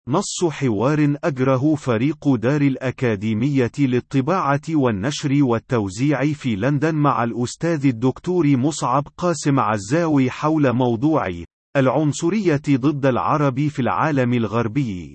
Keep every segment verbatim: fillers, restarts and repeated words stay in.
نص حوار أجره فريق دار الأكاديمية للطباعة والنشر والتوزيع في لندن مع الأستاذ الدكتور مصعب قاسم عزاوي حول موضوع العنصرية ضد العرب في العالم الغربي.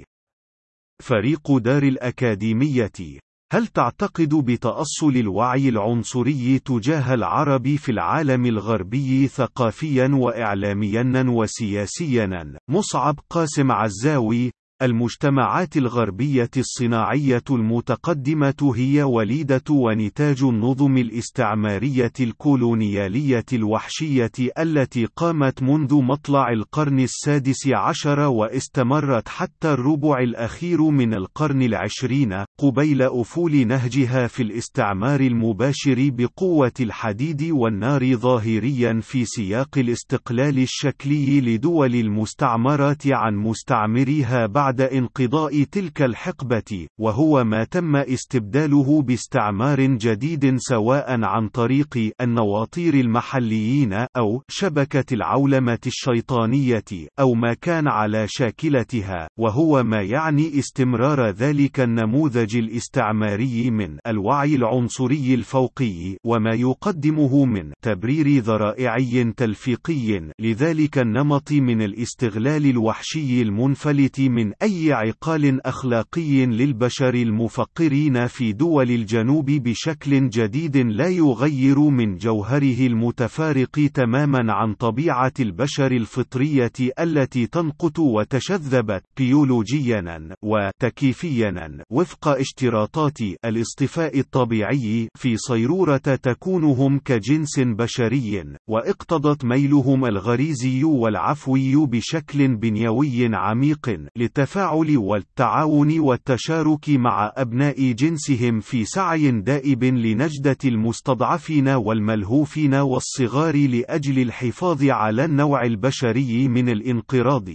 فريق دار الأكاديمية: هل تعتقد بتأصل الوعي العنصري تجاه العرب في العالم الغربي ثقافيا وإعلاميا وسياسيا؟ مصعب قاسم عزاوي: المجتمعات الغربية الصناعية المتقدمة هي وليدة ونتاج النظم الاستعمارية الكولونيالية الوحشية التي قامت منذ مطلع القرن السادس عشر واستمرت حتى الربع الأخير من القرن العشرين، قبيل أفول نهجها في الاستعمار المباشر بقوة الحديد والنار ظاهريا في سياق الاستقلال الشكلي لدول المستعمرات عن مستعمريها بعد بعد انقضاء تلك الحقبة، وهو ما تم استبداله باستعمار جديد سواء عن طريق النواطير المحليين أو شبكة العولمة الشيطانية أو ما كان على شاكلتها، وهو ما يعني استمرار ذلك النموذج الاستعماري من الوعي العنصري الفوقي وما يقدمه من تبرير ذرائعي تلفيقي لذلك النمط من الاستغلال الوحشي المنفلت من أي عقال أخلاقي للبشر المفقرين في دول الجنوب بشكل جديد لا يغير من جوهره المتفارق تماما عن طبيعة البشر الفطرية التي تنقط وتشذبت بيولوجيا وتكيفيا وفق اشتراطات الاصطفاء الطبيعي في صيرورة تكونهم كجنس بشري، واقتضت ميلهم الغريزي والعفوي بشكل بنيوي عميق للتفاعل والتعاون والتشارك مع أبناء جنسهم في سعي دائب لنجدة المستضعفين والملهوفين والصغار لأجل الحفاظ على النوع البشري من الانقراض.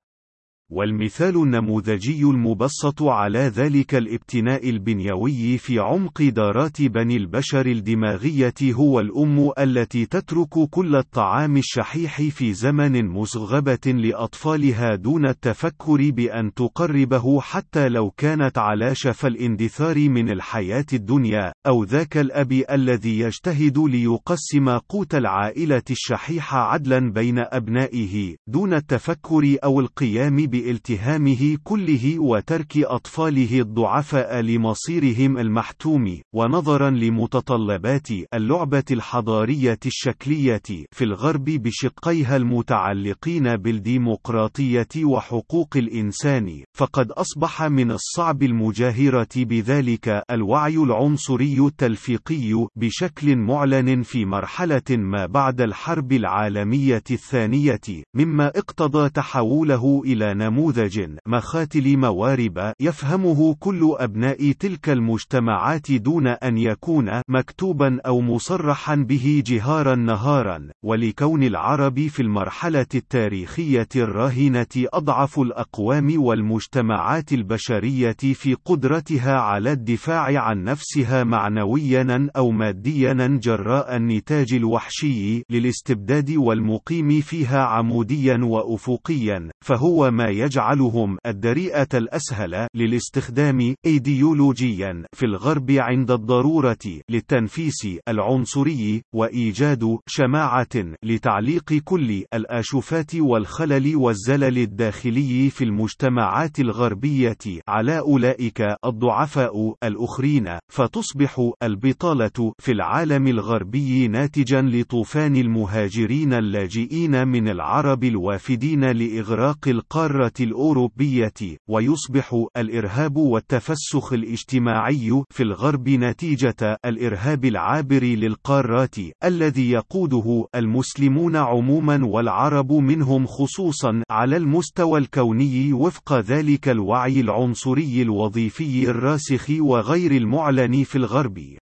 والمثال النموذجي المبسط على ذلك الابتناء البنيوي في عمق دارات بني البشر الدماغية هو الأم التي تترك كل الطعام الشحيح في زمن مصغبة لأطفالها دون التفكر بأن تقربه حتى لو كانت على شفا الاندثار من الحياة الدنيا، أو ذاك الأب الذي يجتهد ليقسم قوت العائلة الشحيح عدلا بين أبنائه دون التفكر أو القيام بالتهامه كله وترك أطفاله الضعفاء لمصيرهم المحتوم، ونظرا لمتطلبات اللعبة الحضارية الشكلية في الغرب بشقيها المتعلقين بالديمقراطية وحقوق الإنسان، فقد أصبح من الصعب المجاهرة بذلك الوعي العنصري التلفيقي بشكل معلن في مرحلة ما بعد الحرب العالمية الثانية، مما اقتضى تحوله إلى نموذج مخاتل موارب يفهمه كل أبناء تلك المجتمعات دون أن يكون مكتوبا أو مصرحا به جهارا نهارا. ولكون العرب في المرحلة التاريخية الراهنة أضعف الأقوام والمجتمعات البشرية في قدرتها على الدفاع عن نفسها معنويا أو ماديا جراء النتاج الوحشي للاستبداد والمقيم فيها عموديا وأفقيا، فهو ما يجعلهم الدريئة الأسهل للاستخدام إيديولوجيا في الغرب عند الضرورة للتنفيس العنصري وإيجاد شماعة لتعليق كل الآشوفات والخلل والزلل الداخلي في المجتمعات الغربية على أولئك الضعفاء الأخرين، فتصبح البطالة في العالم الغربي ناتجا لطوفان المهاجرين اللاجئين من العرب الوافدين لإغراق القارة الأوروبية، ويصبح الإرهاب والتفسخ الاجتماعي في الغرب نتيجة الإرهاب العابر للقارات الذي يقوده المسلمون عموما والعرب منهم خصوصا على المستوى الكوني وفق ذلك الوعي العنصري الوظيفي الراسخ وغير المعلن في الغرب.